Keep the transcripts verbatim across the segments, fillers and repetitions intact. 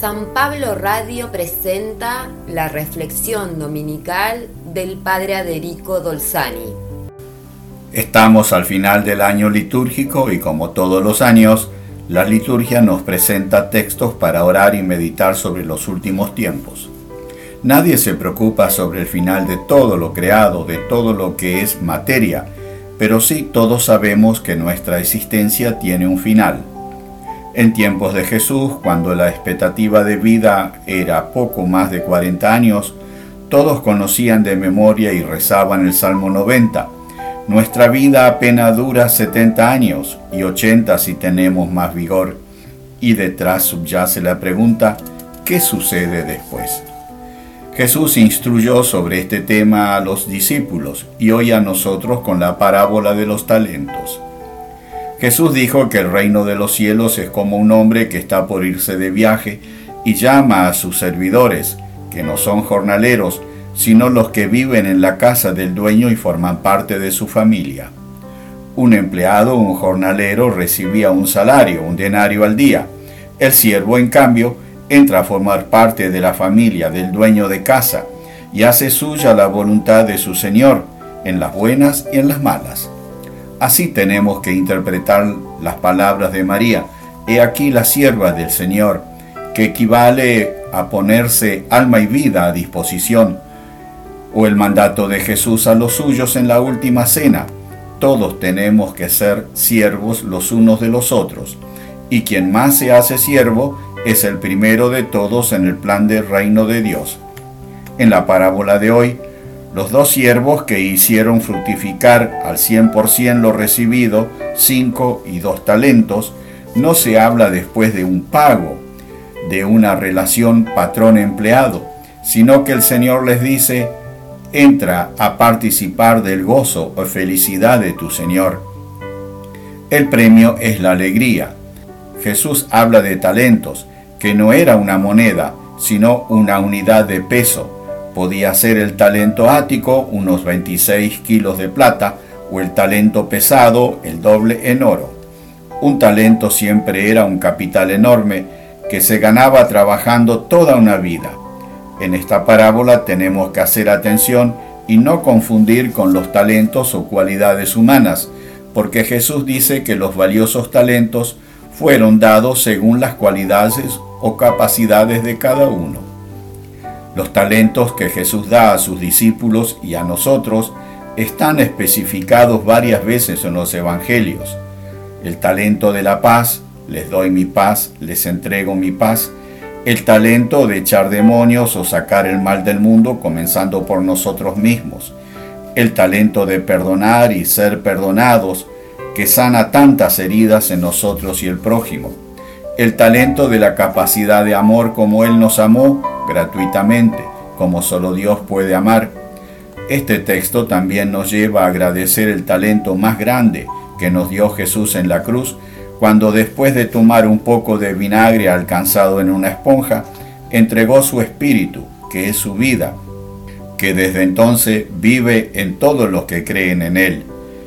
San Pablo Radio presenta la reflexión dominical del Padre Aderico Dolzani. Estamos al final del año litúrgico y como todos los años, la liturgia nos presenta textos para orar y meditar sobre los últimos tiempos. Nadie se preocupa sobre el final de todo lo creado, de todo lo que es materia, pero sí todos sabemos que nuestra existencia tiene un final. En tiempos de Jesús, cuando la expectativa de vida era poco más de cuarenta años, todos conocían de memoria y rezaban el Salmo noventa. Nuestra vida apenas dura setenta años y ochenta si tenemos más vigor. Y detrás subyace la pregunta, ¿qué sucede después? Jesús instruyó sobre este tema a los discípulos y hoy a nosotros con la parábola de los talentos. Jesús dijo que el reino de los cielos es como un hombre que está por irse de viaje y llama a sus servidores, que no son jornaleros, sino los que viven en la casa del dueño y forman parte de su familia. Un empleado, un jornalero, recibía un salario, un denario al día. El siervo, en cambio, entra a formar parte de la familia del dueño de casa y hace suya la voluntad de su señor, en las buenas y en las malas. Así tenemos que interpretar las palabras de María, he aquí la sierva del Señor, que equivale a ponerse alma y vida a disposición, o el mandato de Jesús a los suyos en la última cena, todos tenemos que ser siervos los unos de los otros, y quien más se hace siervo es el primero de todos en el plan del reino de Dios. En la parábola de hoy, los dos siervos que hicieron fructificar al cien por ciento lo recibido, cinco y dos talentos, no se habla después de un pago, de una relación patrón-empleado, sino que el Señor les dice, entra a participar del gozo o felicidad de tu Señor. El premio es la alegría. Jesús habla de talentos, que no era una moneda, sino una unidad de peso. Podía ser el talento ático, unos veintiséis kilos de plata, o el talento pesado, el doble en oro. Un talento siempre era un capital enorme que se ganaba trabajando toda una vida. En esta parábola tenemos que hacer atención y no confundir con los talentos o cualidades humanas, porque Jesús dice que los valiosos talentos fueron dados según las cualidades o capacidades de cada uno. Los talentos que Jesús da a sus discípulos y a nosotros están especificados varias veces en los evangelios. El talento de la paz, les doy mi paz, les entrego mi paz. El talento de echar demonios o sacar el mal del mundo, comenzando por nosotros mismos. El talento de perdonar y ser perdonados, que sana tantas heridas en nosotros y el prójimo. El talento de la capacidad de amor como Él nos amó, gratuitamente, como solo Dios puede amar. Este texto también nos lleva a agradecer el talento más grande que nos dio Jesús en la cruz, cuando después de tomar un poco de vinagre alcanzado en una esponja, entregó su espíritu, que es su vida, que desde entonces vive en todos los que creen en Él.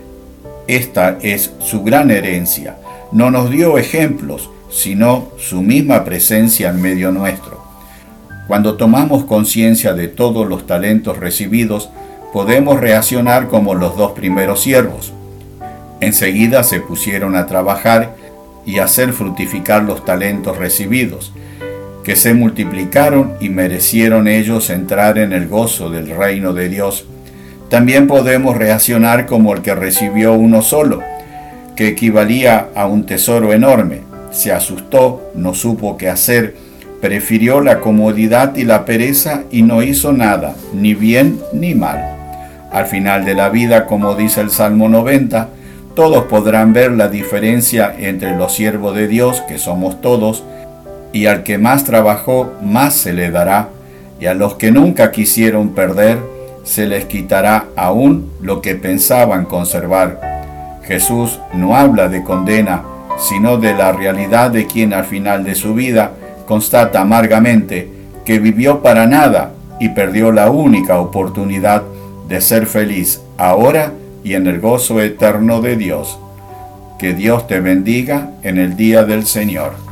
Esta es su gran herencia. No nos dio ejemplos, sino su misma presencia en medio nuestro. Cuando tomamos conciencia de todos los talentos recibidos, podemos reaccionar como los dos primeros siervos. Enseguida se pusieron a trabajar y a hacer fructificar los talentos recibidos, que se multiplicaron y merecieron ellos entrar en el gozo del reino de Dios. También podemos reaccionar como el que recibió uno solo, que equivalía a un tesoro enorme. Se asustó, no supo qué hacer, prefirió la comodidad y la pereza y no hizo nada, ni bien ni mal. Al final de la vida, como dice el Salmo noventa, todos podrán ver la diferencia entre los siervos de Dios, que somos todos, y al que más trabajó, más se le dará, y a los que nunca quisieron perder, se les quitará aún lo que pensaban conservar. Jesús no habla de condena, sino de la realidad de quien al final de su vida constata amargamente que vivió para nada y perdió la única oportunidad de ser feliz ahora y en el gozo eterno de Dios. Que Dios te bendiga en el día del Señor.